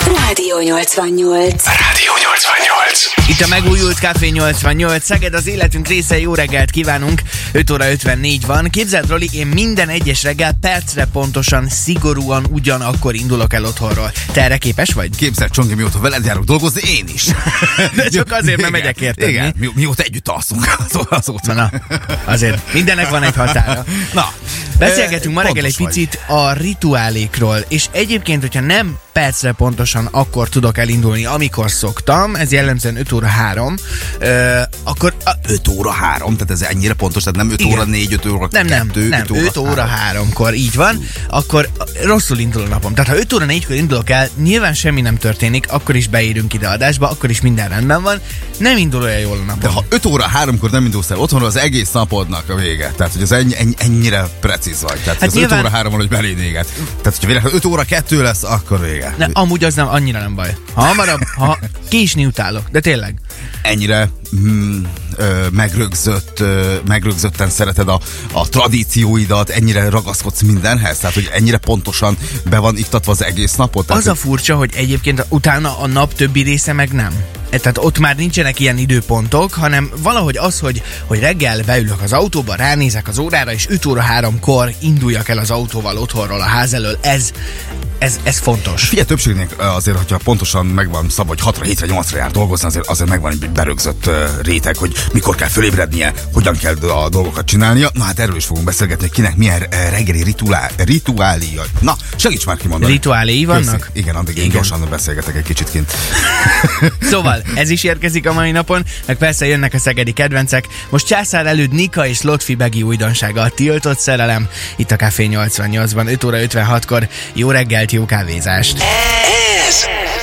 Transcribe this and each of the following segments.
Rádió 88. Rádió 88. Itt a megújult Café 88. Szeged az életünk része, jó reggelt kívánunk. 5 óra 54 van. Képzeld, Roli, én minden egyes reggel percre pontosan, szigorúan ugyanakkor indulok el otthonról. Te erre képes vagy? Képzeld, Csongi, mióta veled járok dolgozni, én is. De csak azért, mert megyek érted. Igen, mióta együtt alszunk azóta. Na, azért mindennek van egy határa. Na, beszélgetünk ma reggel egy pontos picit a rituálékról, és egyébként, hogyha nem percre pontosan akkor tudok elindulni, amikor szoktam, ez jellemzően 5 óra 3, akkor... 5 óra 3, tehát ez ennyire pontos, tehát nem 5 óra 4, 5 óra 2, nem, 5 óra 3-kor, így van, akkor rosszul indul a napom. Tehát ha 5 óra 4-kor indulok el, nyilván semmi nem történik, akkor is beérünk ide adásba, akkor is minden rendben van, nem indul olyan jól a napom. De ha 5 óra 3-kor nem indulsz el otthonról, az egész napodnak a vége. Tehát, hogy az ennyire precíz vagy. Tehát hát az nyilván... 5 óra 3 hogy beléd éget. Tehát, hogyha véletlenül 5 óra 2 lesz, akkor vége. Ne, amúgy az nem, annyira nem baj. Ha hamarabb, késni utálok, de tényleg. Ennyire megrögzötten szereted a tradícióidat, ennyire ragaszkodsz mindenhez, tehát hogy ennyire pontosan be van iktatva az egész napot. Tehát, az a furcsa, hogy egyébként utána a nap többi része meg nem. Tehát ott már nincsenek ilyen időpontok, hanem valahogy az, hogy reggel beülök az autóba, ránézek az órára, és 5 óra 3-kor induljak el az autóval otthonról a ház elől, ez fontos. Figyelj, többségnek azért, hogyha pontosan megvan szabva, hogy 6-ra, 7-re, 8-ra jár dolgozni, azért megvan egy berögzött réteg, hogy mikor kell fölébrednie, hogyan kell a dolgokat csinálnia. Na hát erről is fogunk beszélgetni, hogy kinek milyen reggeli rituáléja. Na, segíts már kimondani. Rituáléi vannak? Köszi. Igen, addig én gyorsan beszélgetek egy kicsit kint. Szóval, ez is érkezik a mai napon, meg persze jönnek a szegedi kedvencek. Most Császár előtt Nika és Lotfi Begi újdonsága, a Tiltott szerelem, itt a Café 88-ban, 5 óra 56-kor. Jó reggelt, jó kávézást! Ez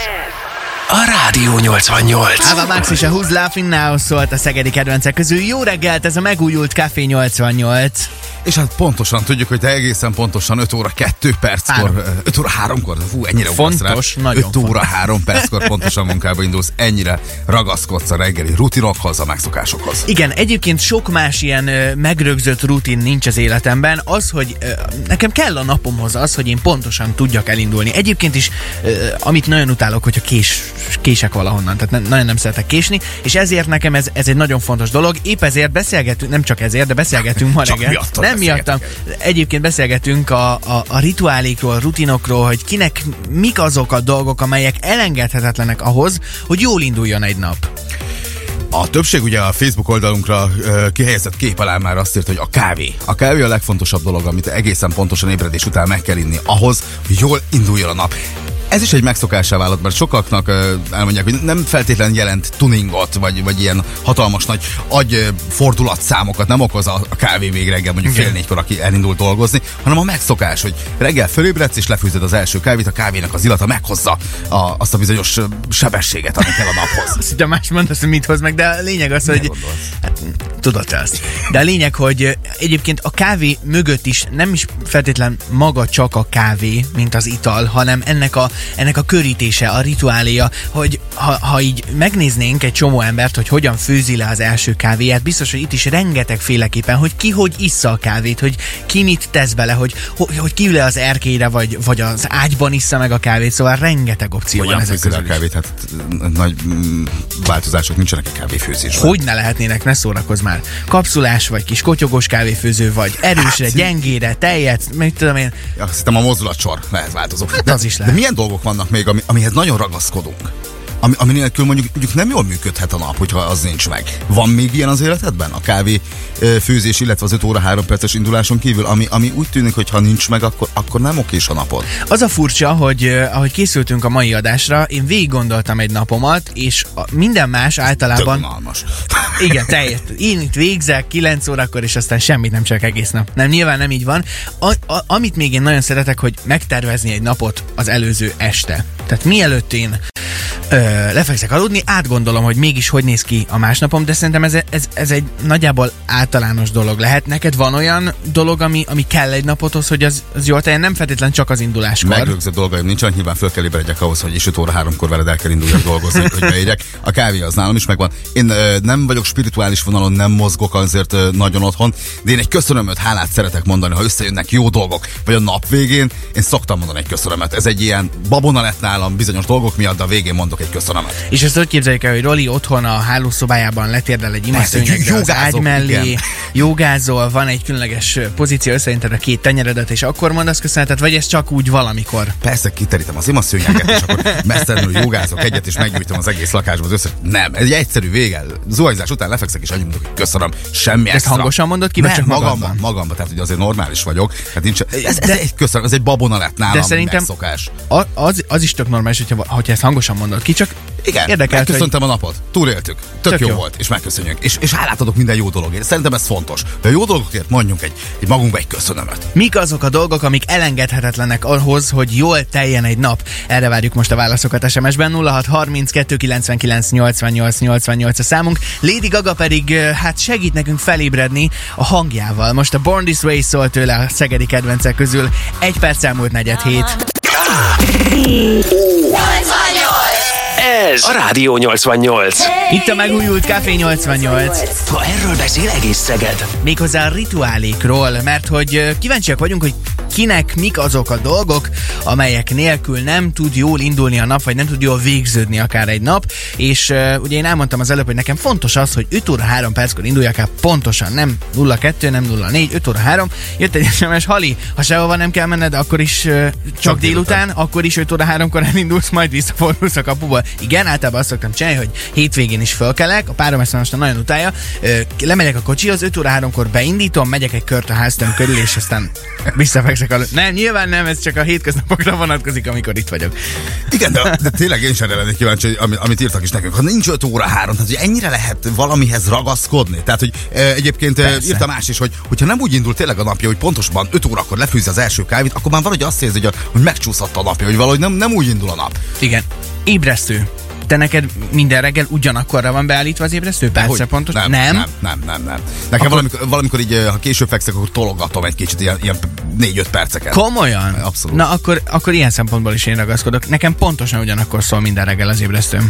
a Rádió 88. Ava Max és a Who's Laughing Now szólt a szegedi kedvencek közül. Jó reggelt, ez a megújult Café 88. És hát pontosan tudjuk, hogy te egészen pontosan 5 óra 2 perckor, 5 óra 3-kor, ennyire fontos, nagyon 5 óra 3 perckor pontosan munkába indulsz, ennyire ragaszkodsz a reggeli rutinokhoz, a megszokásokhoz. Igen, egyébként sok más ilyen megrögzött rutin nincs az életemben. Az, hogy nekem kell a napomhoz az, hogy én pontosan tudjak elindulni. Egyébként is, amit nagyon utálok, hogyha kések valahonnan, tehát nagyon nem szeretek késni, és ezért nekem ez egy nagyon fontos dolog. Épp ezért beszélgetünk, nem csak ezért, de beszélgetünk ma reggel. Nem miattam. Egyébként beszélgetünk a rituálékról, a rutinokról, hogy kinek mik azok a dolgok, amelyek elengedhetetlenek ahhoz, hogy jól induljon egy nap. A többség ugye a Facebook oldalunkra kihelyezett kép alá már azt írt, hogy a kávé. A kávé a legfontosabb dolog, amit egészen pontosan ébredés után meg kell inni ahhoz, hogy jól induljon a nap. Ez is egy megszokásá vált, mert sokaknak elmondják, hogy nem feltétlenül jelent tuningot, vagy ilyen hatalmas nagy agyfordulatszámokat nem okoz a kávé még reggel, mondjuk fél 4-kor, aki elindul dolgozni, hanem a megszokás, hogy reggel fölébredsz és lefűzed az első kávét, a kávénak az illata meghozza azt a bizonyos sebességet, ami kell a naphoz. Azt ugye más mondasz, hogy mit hoz meg, de a lényeg az, hogy... Hát, tudod te azt. De a lényeg, hogy egyébként a kávé mögött is nem is feltétlen maga csak a kávé, mint az ital, hanem ennek a körítése, a rituáléja, hogy ha így megnéznénk egy csomó embert, hogy hogyan főzi le az első kávéját, biztos, hogy itt is rengeteg féleképpen, hogy ki hogy issza a kávét, hogy ki mit tesz bele, hogy ki ül az erkélyre, vagy az ágyban issza meg a kávét, szóval rengeteg opció van ezek közül. A kávét, hát nagy változások nincsenek a kávéfőzésben. Hogy ne lehetnének, ne szórakozz már. Kapszulás, vagy kis kotyogós kávéfőző, vagy erősre, gyengére, teljet, mit tudom én. Ja, azt hittem a mozdulatsor lehet változó. Hát az is lehet. De milyen dolgok vannak még, amihez nagyon ragaszkodunk? Ami nélkül mondjuk nem jól működhet a nap, hogyha az nincs meg. Van még ilyen az életedben? A kávé főzés, illetve az 5 óra 3 perces induláson kívül, ami úgy tűnik, hogy ha nincs meg, akkor nem okés a napod. Az a furcsa, hogy ahogy készültünk a mai adásra, én végig gondoltam egy napomat, és minden más általában... Tök unalmas. Igen, én itt végzek 9 órakor, és aztán semmit nem csak egész nap. Nem, nyilván nem így van. Amit még én nagyon szeretek, hogy megtervezni egy napot az előző este. Tehát mielőtt én lefekszek aludni, átgondolom, hogy mégis hogy néz ki a másnapom, de szerintem ez egy nagyjából általános dolog lehet. Neked van olyan dolog, ami kell egy napothoz, hogy az jól teljen, nem feltétlen csak az induláskor. Megrögzött dolgaim nincsenek, nyilván föl kell ébredjek ahhoz, hogy és 5 óra 3-kor veled el kell induljak dolgozni, hogy beérjek. A kávé az nálam is megvan. Én nem vagyok spirituális vonalon, nem mozgok azért nagyon otthon, de én egy köszönömöt, hálát szeretek mondani, ha összejönnek jó dolgok, vagy a nap végén, én szoktam mondani egy köszönömet. Ez egy ilyen babona lett nálam bizonyos dolgok miatt, de a végén mondok egy köszönömet. És ezt úgy képzeljük el, hogy Roli otthon a hálószobájában letérdel egy imaszőnyegre az ágy mellé, jogázol, van egy különleges pozíció, összerinted a két tenyeredet, és akkor mondasz köszönetet, vagy ez csak úgy valamikor? Persze, kiterítem az imaszőnyeget, és akkor mesztelenül jogázok egyet, és meggyújtom az egész lakásban az összes. Nem, ez egy egyszerű vége. Zuhanyzás után lefekszek, és annyit mondok, hogy köszönöm, semmi extra. Ezt hangosan mondod ki, vagy csak magamban, tehát hogy azért normális vagyok. Hát nincs, ez egy köszönöm, ez egy babona lett nálam, de szerintem megszokás. Az is tök normális, hogyha ezt hangosan mondod ki, csak igen, érdekelt, megköszöntem a napot, túléltük, tök jó volt, és megköszönjük. És hálát adok minden jó dologért. Szerintem ez fontos. De a jó dolgokért mondjunk egy magunkba egy köszönömet. Mik azok a dolgok, amik elengedhetetlenek ahhoz, hogy jól teljen egy nap? Erre várjuk most a válaszokat SMS-ben. 0632 99 88 88 a számunk. Lady Gaga pedig hát segít nekünk felébredni a hangjával. Most a Born This Way szól tőle a szegedi kedvencek közül. 1 perc elmúlt 4:07. Ez a Rádió 88. Itt a megújult Café 88. Ha erről beszél egész Szeged. Méghozzá a rituálékról, mert hogy kíváncsiak vagyunk, hogy kinek mik azok a dolgok, amelyek nélkül nem tud jól indulni a nap, vagy nem tud jól végződni akár egy nap, és ugye én elmondtam az előbb, hogy nekem fontos az, hogy 5 óra 3 perckor induljak el pontosan, nem 02, nem 04, 5 óra 3. Jött egy SMS, Hali, ha sehova nem kell menned, akkor is csak délután, akkor is 5 óra 3-kor elindulsz, majd visszafordulsz a kapuból. Igen, általában azt szoktam csinálni, hogy hétvégén is fölkelek, a párom ezt most nagyon utálja, lemegyek a kocsihoz, 5 óra 3-kor beindítom, megyek egy kört a háztöm körül, és aztán visszafekszek aludni. Nem, nyilván nem, ez csak a hétköznapokra vonatkozik, amikor itt vagyok. Igen, de tényleg én sem lennék kíváncsi, amit írtak is nekünk. Ha nincs 5 óra 3, tehát hogy ennyire lehet valamihez ragaszkodni. Tehát, hogy egyébként írta más is, hogyha nem úgy indul tényleg a napja, hogy pontosan 5 órakor lefőzi az első kávét, akkor már valahogy azt érzi, hogy megcsúszott a napja, hogy valahogy nem úgy indul a nap. Igen. Ébresztő. Te neked minden reggel ugyanakkorra van beállítva az ébresztő? Persze pontos? Nem. Nekem akkor... valamikor így, ha később fekszek, akkor tologatom egy kicsit, ilyen 4-5 perceket. Komolyan? Abszolút. Na akkor ilyen szempontból is én ragaszkodok. Nekem pontosan ugyanakkor szól minden reggel az ébresztőm.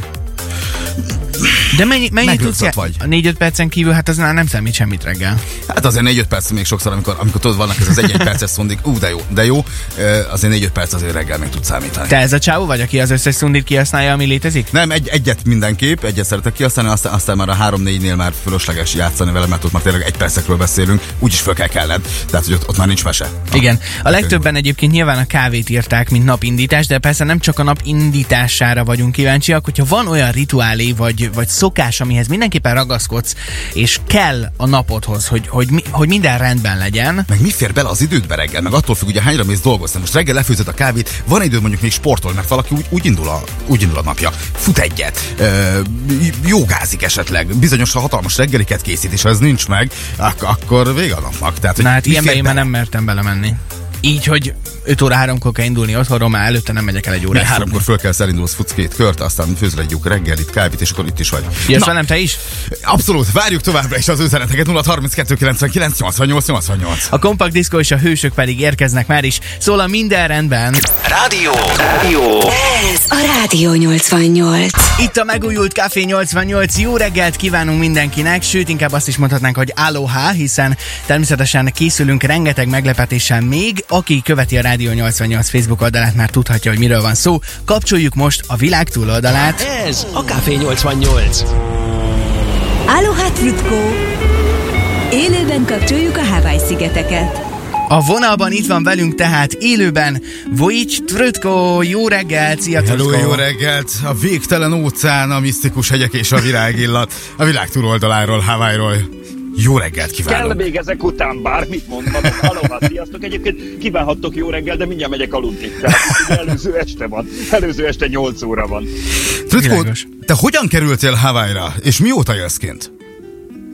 De mennyi tudsz vagy? A 4-5 percen kívül, hát az nem számít semmit reggel. Hát azért 4-5 perc még sokszor, amikor tudod, vannak ez az 1-1 perces szundik, de jó, azért 4-5 perc azért reggel még tud számítani. Te ez a csávó vagy, aki az összes szundit kihasználja, ami létezik? Nem, egyet mindenképp, egyet szeretek kihasználni, aztán már a 3-4-nél már fölösleges játszani vele, mert ott már tényleg 1 percekről beszélünk, úgyis föl kell kelled, tehát hogy ott már nincs mese. Igen, a legtöbben egyébként nyilván a kávét írták, mint napindítás, de persze nem csak a nap indítására vagyunk kíváncsiak, hogyha van olyan rituálé vagy szokás, amihez mindenképpen ragaszkodsz, és kell a napodhoz, hogy minden rendben legyen. Meg mi fér bele az idődbe reggel, meg attól függ, ugye hányra mész dolgozni. Most reggel lefőzöd a kávét, van időd mondjuk még sportol, mert valaki úgy indul a napja. Fut egyet, jogázik esetleg, bizonyos hatalmas reggeliket készít, és ha ez nincs meg, akkor vége a napnak. Tehát, na hát ilyenbe én már nem mertem belemenni. Így, hogy 5 óra 3-kor kell indulni otthonról, már előtte nem megyek el egy órát. 3-kor föl kell elindulsz, futsz 2 kört, aztán főzöl egy lyuk reggelit, kávét, és akkor itt is vagy. Jössz velem te is? Abszolút, várjuk továbbra is az üzeneteket. 032 99 88 88. A Kompakt Diszkó és a Hősök pedig érkeznek már is. Szól a minden rendben. Rádió. Ez a Rádió 88. Itt a megújult Café 88. Jó reggelt kívánunk mindenkinek, sőt inkább azt is mondhatnánk, hogy aloha, hiszen természetesen készülünk rengeteg meglepetéssel még. Aki követi a Rádió 88 Facebook oldalát, már tudhatja, hogy miről van szó. Kapcsoljuk most a világ túloldalát. Ez a Café 88. Aloha Trutko! Élőben kapcsoljuk a Hawaii-szigeteket. A vonalban itt van velünk tehát élőben Vojciech Trutko. Jó reggelt, szia Trutko! Hello, jó reggelt! A végtelen óceán, a misztikus hegyek és a virágillat a világ túloldaláról, Hawaii-ról. Jó reggelt kívánok! Kell még ezek után bármit mondanak. Aloha, sziasztok! Egyébként kívánhattok jó reggel, de mindjárt megyek aludni. Tehát előző este van. Előző este 8 óra van. Trutko, te hogyan kerültél Hawaii-ra, és mióta jössz kint?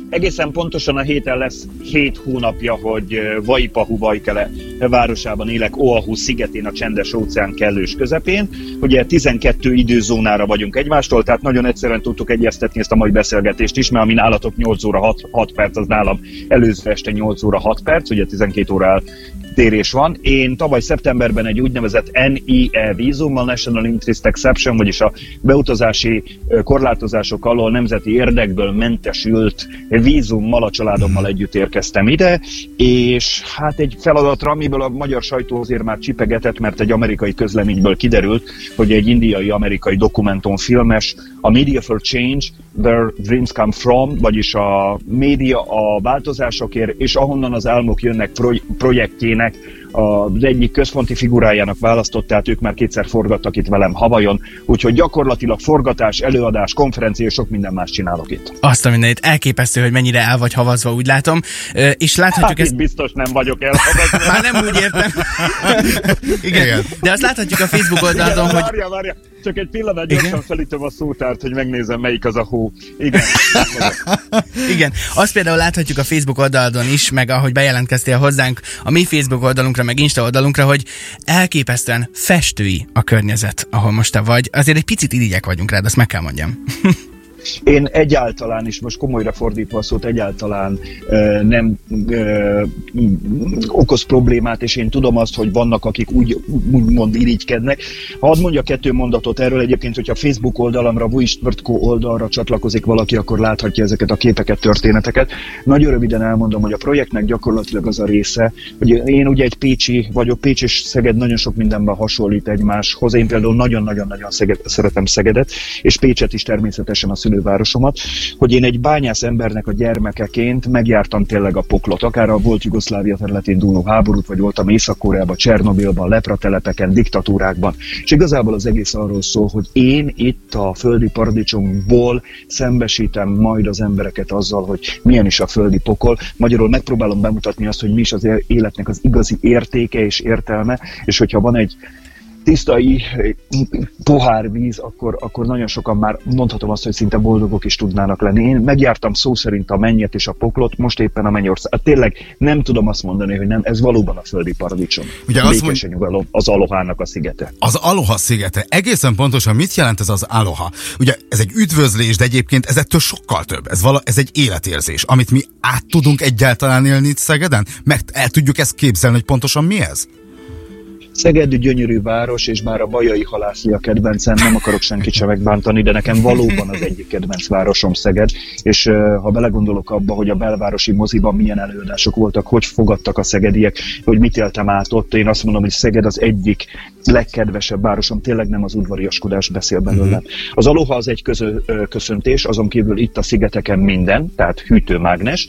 egészen pontosan a héten lesz 7 hónapja, hogy Vaipahu Vaikele városában élek, Oahu szigetén, a Csendes óceán kellős közepén. Ugye 12 időzónára vagyunk egymástól, tehát nagyon egyszerűen tudtuk egyeztetni ezt a mai beszélgetést is, mert ami nálatok 8 óra 6 perc, az nálam előző este 8 óra 6 perc, ugye 12 óra térés van. Én tavaly szeptemberben egy úgynevezett NIE vízummal, National Interest Exception, vagyis a beutazási korlátozások alól nemzeti érdekből mentesült vízummal a családommal együtt érkeztem ide, és hát egy feladatra, amiből a magyar sajtó azért már csipegetett, mert egy amerikai közleményből kiderült, hogy egy indiai-amerikai dokumentumfilmes, a Media for Change, Where Dreams Come From, vagyis a média a változásokért, és ahonnan az álmok jönnek projektjének az egyik központi figurájának választották, ők már kétszer forgattak itt velem Havajon, úgyhogy gyakorlatilag forgatás, előadás, konferencia és sok minden más csinálok itt. Azt a mindenit, elképesztő, hogy mennyire el vagy havazva, úgy látom. És láthatjuk hát ezt... biztos nem vagyok elhavazva. Már nem úgy értem. Igen. De azt láthatjuk a Facebook oldalon, hogy... Várja. Csak egy pillanat, gyorsan felítom a szótárt, hogy megnézem, melyik az a hó. Igen. Igen. Azt például láthatjuk a Facebook oldalon is, meg ahogy bejelentkeztél hozzánk a mi Facebook oldalunkra, meg Insta oldalunkra, hogy elképesztően festői a környezet, ahol most te vagy. Azért egy picit irigyek vagyunk rád, azt meg kell mondjam. Én egyáltalán is, most komolyra fordítva a szót, egyáltalán nem okoz problémát, és én tudom azt, hogy vannak, akik úgymond irigykednek. Hadd mondja 2 mondatot erről egyébként, hogyha a Facebook oldalamra, Vuistvrtko oldalra csatlakozik valaki, akkor láthatja ezeket a képeket, történeteket. Nagyon röviden elmondom, hogy a projektnek gyakorlatilag az a része, hogy én ugye egy pécsi vagyok, Pécs és Szeged nagyon sok mindenben hasonlít egymáshoz. Én például nagyon-nagyon-nagyon szeretem Szegedet, és Pécset is természetesen a szülővárosomat, hogy én egy bányász embernek a gyermekeként megjártam tényleg a poklot, akár a volt Jugoszlávia területén dúló háborút, vagy voltam Észak-Koreában, Csernobilban, lepratelepeken, diktatúrákban, és igazából az egész arról szól, hogy én itt a földi paradicsomból szembesítem majd az embereket azzal, hogy milyen is a földi pokol. Magyarul megpróbálom bemutatni azt, hogy mi is az életnek az igazi értéke és értelme, és hogyha van egy tisztai pohár víz, akkor nagyon sokan már mondhatom azt, hogy szinte boldogok is tudnának lenni. Én megjártam szó szerint a Mennyet és a Poklot, most éppen a Mennyország. Tényleg nem tudom azt mondani, hogy nem, ez valóban a földi paradicsom. Ugye békésen nyugalom, az Alohának a szigete. Az Aloha szigete. Egészen pontosan mit jelent ez az Aloha? Ugye ez egy üdvözlés, de egyébként ez ettől sokkal több. Ez egy életérzés, amit mi át tudunk egyáltalán élni itt Szegeden? Mert el tudjuk ezt képzelni, hogy pontosan mi ez? Szeged gyönyörű város, és bár a Bajai Halászli a kedvencem, nem akarok senkit sem megbántani, de nekem valóban az egyik kedvenc városom Szeged, és ha belegondolok abba, hogy a belvárosi moziban milyen előadások voltak, hogy fogadtak a szegediek, hogy mit éltem át ott, én azt mondom, hogy Szeged az egyik legkedvesebb városom, tényleg nem az udvariaskodás beszél belőlem. Az Aloha az egy köszöntés, azon kívül itt a szigeteken minden, tehát hűtőmágnes,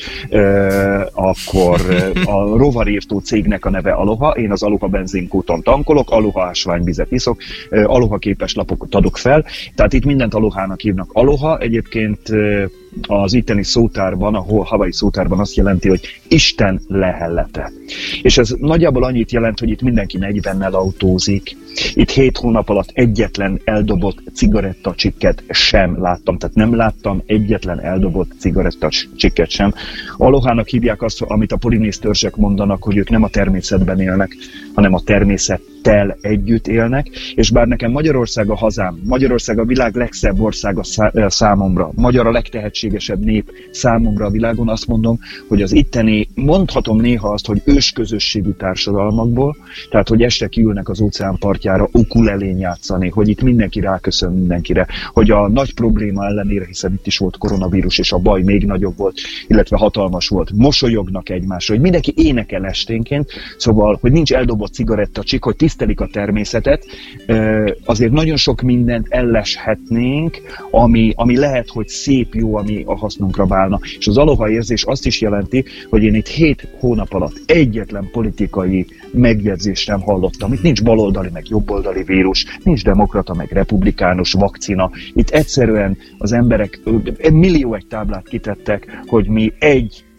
akkor a rovarírtó cégnek a neve Aloha, én az Aloha benzinkúton tankolok, Aloha ásványvizet iszok, Aloha képes lapokat adok fel, tehát itt mindent Alohának hívnak. Aloha egyébként az itteni szótárban, a havai szótárban azt jelenti, hogy Isten lehellete. És ez nagyjából annyit jelent, hogy itt mindenki 40-nel autózik. Itt 7 hónap alatt egyetlen eldobott cigarettacsikket sem láttam. Tehát nem láttam egyetlen eldobott cigarettacsikket sem. Alohának hívják azt, amit a polinéz törzsek mondanak, hogy ők nem a természetben élnek, hanem a természettel együtt élnek. És bár nekem Magyarország a hazám, Magyarország a világ legszebb országa számomra, magyar a legtehetségesebb nép számomra a világon, azt mondom, hogy az itteni, mondhatom néha azt, hogy ősközösségű társadalmakból, tehát hogy este kiülnek az óceán partjára ukulelén játszani, hogy itt mindenki ráköszön mindenkire, hogy a nagy probléma ellenére, hiszen itt is volt koronavírus, és a baj még nagyobb volt, illetve hatalmas volt, mosolyognak egymásra, hogy mindenki énekel esténként, szóval, hogy nincs eldobott cigarettacsik, hogy tisztelik a természetet, azért nagyon sok mindent elleshetnénk, ami lehet, hogy szép, jó, ami a hasznunkra válna. És az Aloha érzés azt is jelenti, hogy én itt 7 hónap alatt egyetlen politikai megjegyzést nem hallottam. Itt nincs baloldali, meg jobboldali vírus, nincs demokrata, meg republikánus vakcina. Itt egyszerűen az emberek millió egy táblát kitettek, hogy mi egy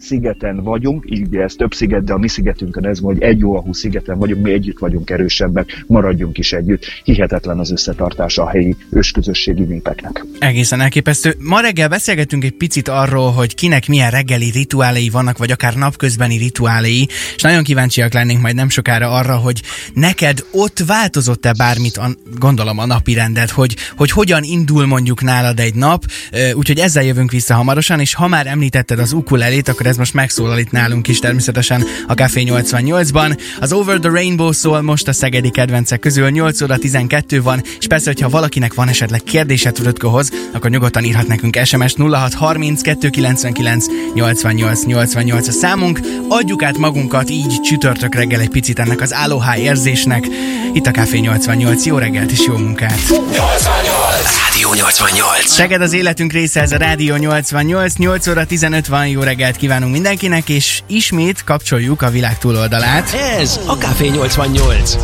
szigeten vagyunk, így ez több sziget, de a mi szigetünkön ez van, hogy egy Oahu szigeten vagyunk, mi együtt vagyunk erősebbek, maradjunk is együtt. Hihetetlen az összetartása a helyi ősközösségi népeknek. Egészen elképesztő. Ma reggel beszélgettünk egy picit arról, hogy kinek milyen reggeli rituáléi vannak, vagy akár napközbeni rituáléi, és nagyon kíváncsiak lennénk majd nem sokára arra, hogy neked ott változott-e bármit, gondolom a napi rendet, hogy hogyan indul mondjuk nálad egy nap, úgyhogy ezzel jövünk vissza hamarosan, és ha már említetted az ukulelét, akkor ez most megszólal itt nálunk is természetesen a Café 88-ban. Az Over the Rainbow szól most a szegedi kedvencek közül, 8 óra 12 van, és persze, hogyha valakinek van esetleg kérdése Trutkohoz, akkor nyugodtan írhat nekünk SMS-t 0630 299 88 88 a számunk. Adjuk át magunkat így csütörtök reggel egy picit ennek az aloha érzésnek. Itt a Café 88. Jó reggelt és jó munkát! 88! Rádió 88! Szeged az életünk része, ez a Rádió 88. 8 óra 15 van, jó reggelt kívánunk mindenkinek, és ismét kapcsoljuk a világ túloldalát. Ez a Café 88!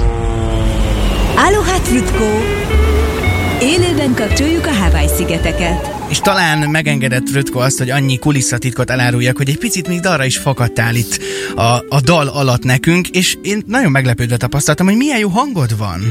Aloha Trutko! Élőben kapcsoljuk a Hawaii-szigeteket. És talán megengedett Rötko azt, hogy annyi kulisszatitkot eláruljak, hogy egy picit még dalra is fakadtál itt a dal alatt nekünk, és én nagyon meglepődve tapasztaltam, hogy milyen jó hangod van.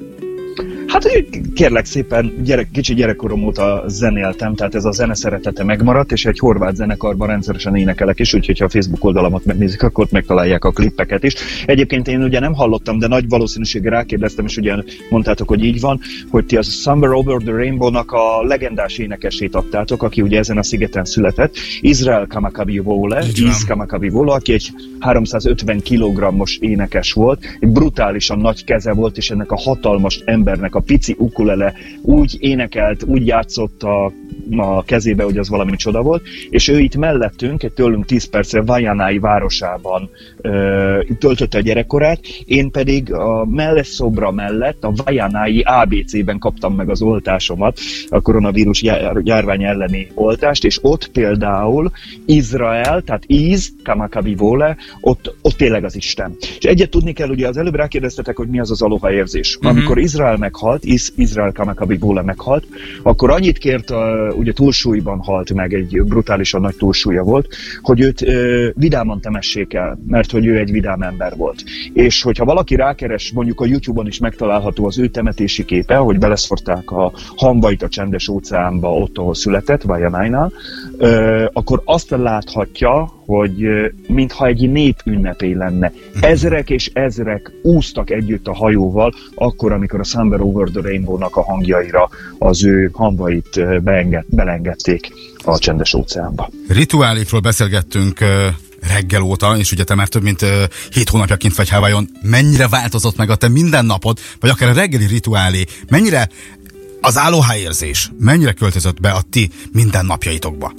Hát kérlek szépen, kicsi gyerekkorom óta zenéltem, tehát ez a zene szeretete megmaradt, és egy horvát zenekarban rendszeresen énekelek is, úgyhogy ha a Facebook oldalamat megnézik, akkor ott megtalálják a klippeket is. Egyébként én ugye nem hallottam, de nagy valószínűséggel rákérdeztem, és ugye mondtátok, hogy így van, hogy ti az Somewhere Over the Rainbow-nak a legendás énekesét adtátok, aki ugye ezen a szigeten született, Israel Kamakawiwo'ole, aki egy 350 kg-os énekes volt, egy brutálisan nagy keze volt, és ennek a hatalmas embernek a pici ukulele úgy énekelt, úgy játszott a kezébe, hogy az valami csoda volt, és ő itt mellettünk, egy tőlünk 10 percre Vajanai városában töltötte a gyerekkorát, én pedig a Melles szobra mellett a Vajanai ABC-ben kaptam meg az oltásomat, a koronavírus járvány elleni oltást, és ott például Izrael, tehát Kamakawiwo'ole, ott tényleg az Isten. És egyet tudni kell, ugye az előbb rákérdeztetek, hogy mi az az aloha érzés. Amikor Izrael meghalt, Izrael Kamakawiwo'ole meghalt, akkor annyit kért, ugye túlsúlyban halt meg, egy brutálisan nagy túlsúlya volt, hogy őt vidáman temessék el, mert hogy ő egy vidám ember volt. És hogyha valaki rákeres, mondjuk a YouTube-on is megtalálható az ő temetési képe, hogy beleszforták a hamvait a Csendes óceánba, ott, ahol született, Vajanainál, akkor azt láthatja, hogy mintha egy nép ünnepé lenne. Ezrek és ezrek úsztak együtt a hajóval, akkor, amikor a Somewhere Over the Rainbow-nak a hangjaira az ő hamvait belengedték a Csendes óceánba. Rituálékról beszélgettünk reggel óta, és ugye te már több mint 7 hónapja kint vagy Hawaiion. Mennyire változott meg a te mindennapod, vagy akár a reggeli rituálé? Mennyire az aloha érzés, mennyire költözött be a ti mindennapjaitokba?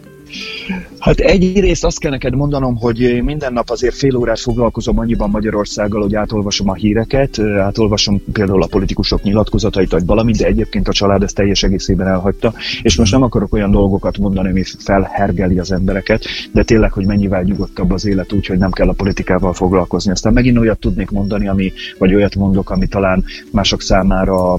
Hát egyrészt azt kell neked mondanom, hogy minden nap azért fél órát foglalkozom annyiban Magyarországgal, hogy átolvasom a híreket, átolvasom például a politikusok nyilatkozatait, vagy valamit, de egyébként a család ezt teljes egészében elhagyta, és most nem akarok olyan dolgokat mondani, ami felhergeli az embereket, de tényleg, hogy mennyivel nyugodtabb az élet úgy, hogy nem kell a politikával foglalkozni. Aztán megint olyat tudnék mondani, vagy olyat mondok, ami talán mások számára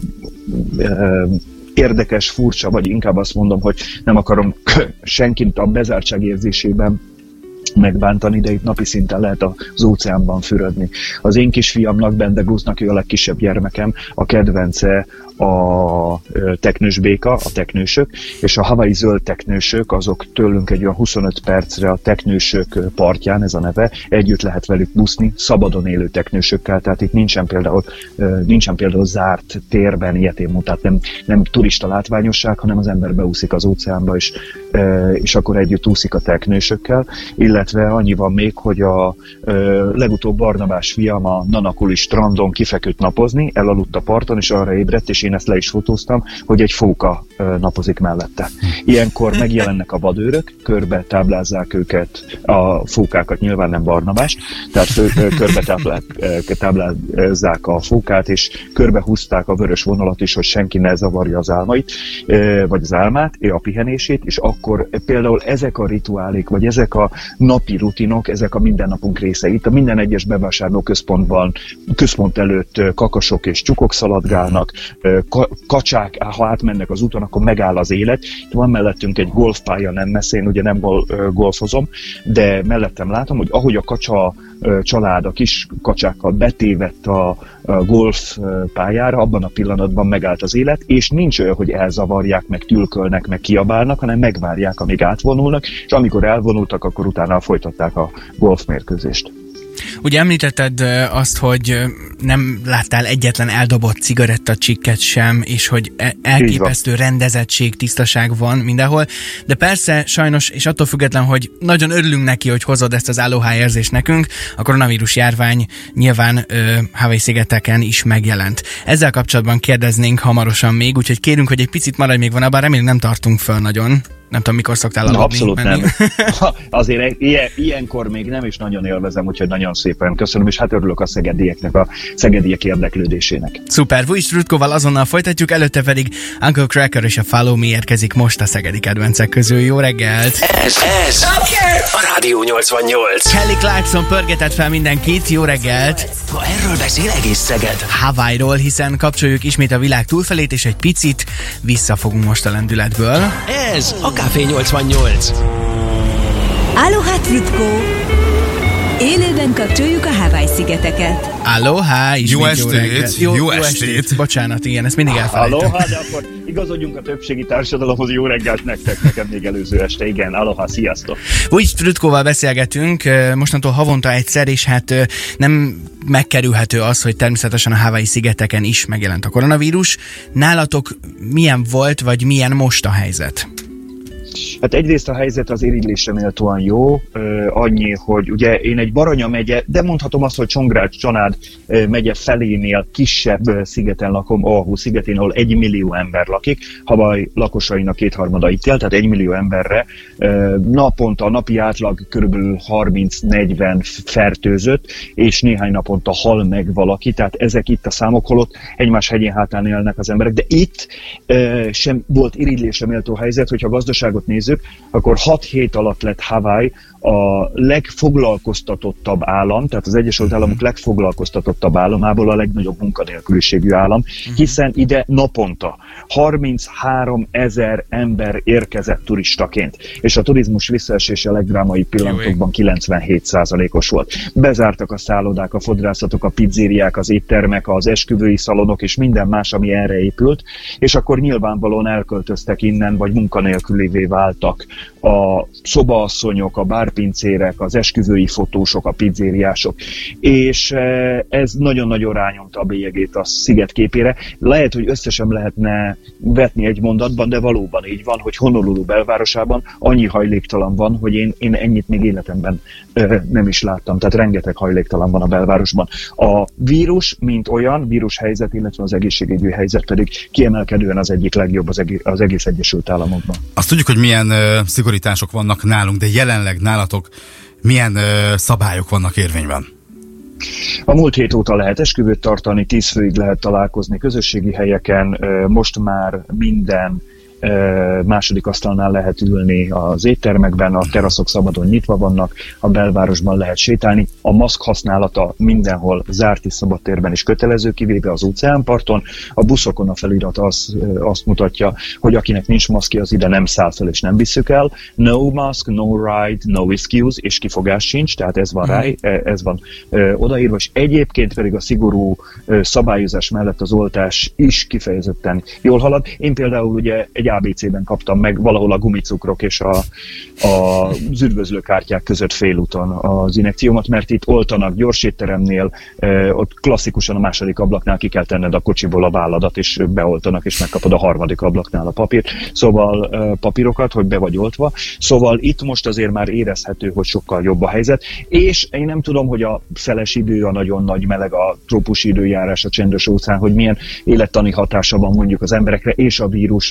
érdekes, furcsa, vagy inkább azt mondom, hogy nem akarom senkit a bezártság érzésében megbántani, de itt napi szinten lehet az óceánban fürödni. Az én kisfiamnak, Bendegúznak, ő a legkisebb gyermekem, a kedvence a teknősbéka, a teknősök, és a Hawaii zöld teknősök, azok tőlünk egy olyan 25 percre a teknősök partján, ez a neve, együtt lehet velük buszni, szabadon élő teknősökkel, tehát itt nincsen például zárt térben ilyetén, tehát nem turista látványosság, hanem az ember beúszik az óceánba, és akkor együtt úszik a teknősökkel, illetve annyi van még, hogy a legutóbb Barnabás fiam a Nanakuli strandon kifeküdt napozni, elaludt a parton, és arra ébredt, és én ezt le is fotóztam, hogy egy fóka napozik mellette. Ilyenkor megjelennek a vadőrök, körbe táblázzák őket, a fókákat, nyilván nem Barnabást, tehát körbe táblázzák a fókát, és körbe húzták a vörös vonalat is, hogy senki ne zavarja az álmait, vagy az álmát, a pihenését, és akkor például ezek a rituálék, vagy ezek a napi rutinok, ezek a mindennapunk részei. Itt a minden egyes központ előtt kakasok és tyúkok szaladgálnak, kacsák, ha átmennek az úton, akkor megáll az élet. Itt van mellettünk egy golfpálya, nem messze, én ugye nem golfozom, de mellettem látom, hogy ahogy a kacsa család a kis kacsákkal betévedt a golf pályára, abban a pillanatban megállt az élet, és nincs olyan, hogy elzavarják, meg tülkölnek, meg kiabálnak, hanem megvárják, amíg átvonulnak, és amikor elvonultak, akkor utána folytatták a golfmérkőzést. Ugye említetted azt, hogy nem láttál egyetlen eldobott cigarettacsikket sem, és hogy elképesztő rendezettség, tisztaság van mindenhol, de persze sajnos, és attól független, hogy nagyon örülünk neki, hogy hozod ezt az Aloha érzést nekünk, a koronavírus járvány nyilván Hawaii-szigeteken is megjelent. Ezzel kapcsolatban kérdeznénk hamarosan még, úgyhogy kérünk, hogy egy picit maradj még van, bár remélem nem tartunk föl nagyon. Nem tudom, mikor szoktál aludni. Abszolút menni. Nem. Azért ilyenkor még nem, és nagyon élvezem, úgyhogy nagyon szépen köszönöm, és hát örülök a szegedieknek, a szegediek érdeklődésének. Szuper, Vujic Trutkoval azonnal folytatjuk, előtte pedig Uncle Cracker és a Follow Me érkezik most a szegedi kedvencek közül. Jó reggelt! Ez a Rádió 88. Kelly Clarkson pörgetett fel mindenkit, jó reggelt! Ma erről beszél egész Szeged. Hawaii-ról, hiszen kapcsoljuk ismét a világ túlfelét, és egy picit visszafogunk most a lendületből. Ez a Café 88. Aloha Trutko! Élőben kapcsoljuk a Hawaii-szigeteket. Aloha! Jó estét! Jó estét! Bocsánat, igen, ezt mindig elfelejtem. Aloha, de akkor igazodjunk a többségi társadalomhoz, jó reggelt nektek, nekem még előző este, igen, aloha, sziasztok! Vujic Trutkoval beszélgetünk, mostantól havonta egyszer, és hát nem megkerülhető az, hogy természetesen a Hawaii-szigeteken is megjelent a koronavírus. Nálatok milyen volt, vagy milyen most a helyzet? Hát egyrészt a helyzet az irigylésre méltóan jó, annyi, hogy ugye én egy Baranya megye, de mondhatom azt, hogy Csongrád-Csanád megye felénél kisebb szigeten lakom, Oahu szigetén, ahol 1 millió ember lakik, Hawaii lakosainak 2/3 itt él, tehát 1 millió emberre naponta, a napi átlag körülbelül 30-40 fertőzött, és néhány naponta hal meg valaki, tehát ezek itt a számok, holott egymás hegyén hátán élnek az emberek, de itt sem volt irigylésre méltó helyzet, hogyha gazdaságot nézzük, akkor 6 hét alatt lett Hawaii a legfoglalkoztatottabb állam, tehát az Egyesült Államok legfoglalkoztatottabb államából a legnagyobb munkanélküliségű állam, hiszen ide naponta 33 000 ember érkezett turistaként, és a turizmus visszaesése a legdrámai pillanatokban 97%-os volt. Bezártak a szállodák, a fodrászatok, a pizzériák, az éttermek, az esküvői szalonok és minden más, ami erre épült, és akkor nyilvánvalóan elköltöztek innen, vagy munkanélkülivé váltak a szobaasszonyok, a bárpincérek, az esküvői fotósok, a pizzériások. És ez nagyon-nagyon rányomta a bélyegét a sziget képére. Lehet, hogy összesen lehetne vetni egy mondatban, de valóban így van, hogy Honolulu belvárosában annyi hajléktalan van, hogy én ennyit még életemben nem is láttam. Tehát rengeteg hajléktalan van a belvárosban. A vírus, mint olyan, vírushelyzet, illetve az egészségügyi helyzet pedig kiemelkedően az egyik legjobb az egész Egyesült Államokban. Azt tudjuk, hogy milyen szigorítások vannak nálunk, de jelenleg nálatok milyen szabályok vannak érvényben? A múlt hét óta lehet esküvőt tartani, 10 főig lehet találkozni közösségi helyeken, most már minden második asztalnál lehet ülni az éttermekben, a teraszok szabadon nyitva vannak, a belvárosban lehet sétálni, a maszk használata mindenhol zárt és szabadtérben is kötelező, kivéve az óceánparton, a buszokon a felirat azt mutatja, hogy akinek nincs maszkja, az ide nem száll fel és nem visszük el, no mask, no ride, no excuse, és kifogás sincs, tehát ez van ez van odaírva, és egyébként pedig a szigorú szabályozás mellett az oltás is kifejezetten jól halad. Én például ugye egy ABC-ben kaptam meg valahol a gumicukrok és az üdvözlőkártyák között félúton az injekciómat, mert itt oltanak gyorsétteremnél, ott klasszikusan a második ablaknál ki kell tenned a kocsiból a válladat, és beoltanak, és megkapod a harmadik ablaknál a papírt, szóval papírokat, hogy be vagy oltva. Szóval itt most azért már érezhető, hogy sokkal jobb a helyzet, és én nem tudom, hogy a szeles idő, a nagyon nagy meleg, a trópusi időjárás, a csendes óceán, hogy milyen élettani hatása van mondjuk az emberekre és a vírusra, és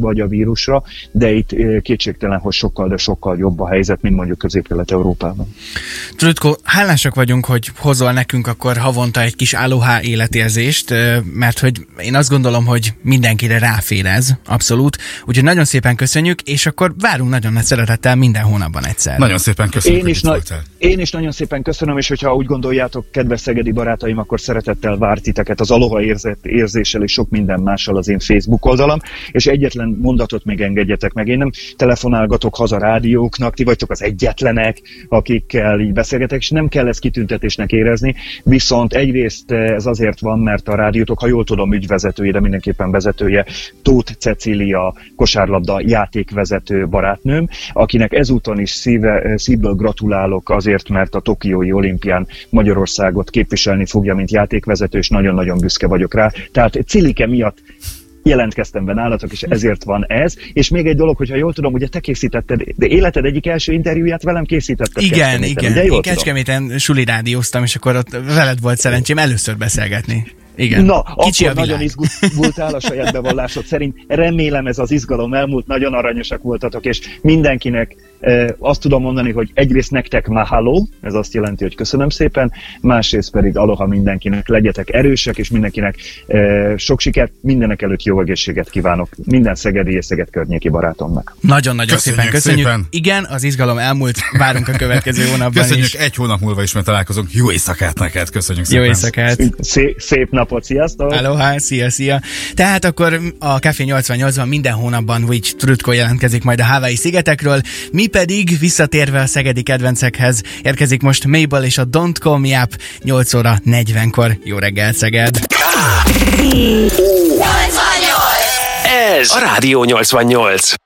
vagy a vírusra, de itt kétségtelen, hogy sokkal, de sokkal jobb a helyzet, mint mondjuk Közép-Kelet-Európában. Trutko, hálásak vagyunk, hogy hozol nekünk akkor havonta egy kis aloha életérzést, mert hogy én azt gondolom, hogy mindenkire ráfér ez, abszolút. Úgyhogy nagyon szépen köszönjük, és akkor várunk nagyon nagy szeretettel minden hónapban egyszer. Nagyon szépen köszönjük, én is nagyon szépen köszönöm, és hogyha úgy gondoljátok, kedves szegedi barátaim, akkor szeretettel vár titeket az aloha érzéssel és sok minden mással az én Facebook oldalam, és egyetlen mondatot még engedjetek meg. Én nem telefonálgatok haza rádióknak, ti vagytok az egyetlenek, akikkel így beszélgetek, és nem kell ezt kitüntetésnek érezni, viszont egyrészt ez azért van, mert a rádiótok, ha jól tudom, ügyvezetője, de mindenképpen vezetője, Tóth Cecília, kosárlabda játékvezető barátnőm, akinek ezúton is szívből gratulálok azért, mert a Tokiói olimpián Magyarországot képviselni fogja, mint játékvezető, és nagyon-nagyon büszke vagyok rá. Tehát Cilike miatt jelentkeztem be nálatok, és ezért van ez. És még egy dolog, hogyha jól tudom, ugye te készítetted, de életed egyik első interjúját velem készítetted. Igen. Én Kecskeméten suli rádióztam, és akkor ott veled volt szerencsém először beszélgetni. Igen. Na, akkor nagyon izgultál a saját bevallásod szerint. Remélem ez az izgalom elmúlt, nagyon aranyosak voltatok, és mindenkinek azt tudom mondani, hogy egyrészt nektek mahalo, ez azt jelenti, hogy köszönöm szépen, másrészt pedig aloha mindenkinek, legyetek erősek, és mindenkinek sok sikert, mindenek előtt jó egészséget kívánok minden szegedi és Szeged környéki barátomnak. Nagyon-nagyon szépen köszönjük. Igen, az izgalom elmúlt, várunk a következő hónapban köszönjük, is. egy hónap múlva ismét találkozunk. Jó éjszakát neked, köszönjük szépen. Jó éjszakát. Szép napot, sziasztok! Aloha, szia! Tehát akkor a Café 88-ban minden hónapban úgy Trutko jelentkezik majd a Hawaii szigetekről, mi pedig visszatérve a szegedi kedvencekhez érkezik most Mabel és a Don't Call Me Up 8 óra 40-kor. Jó reggel, Szeged! Ez a Rádió 88.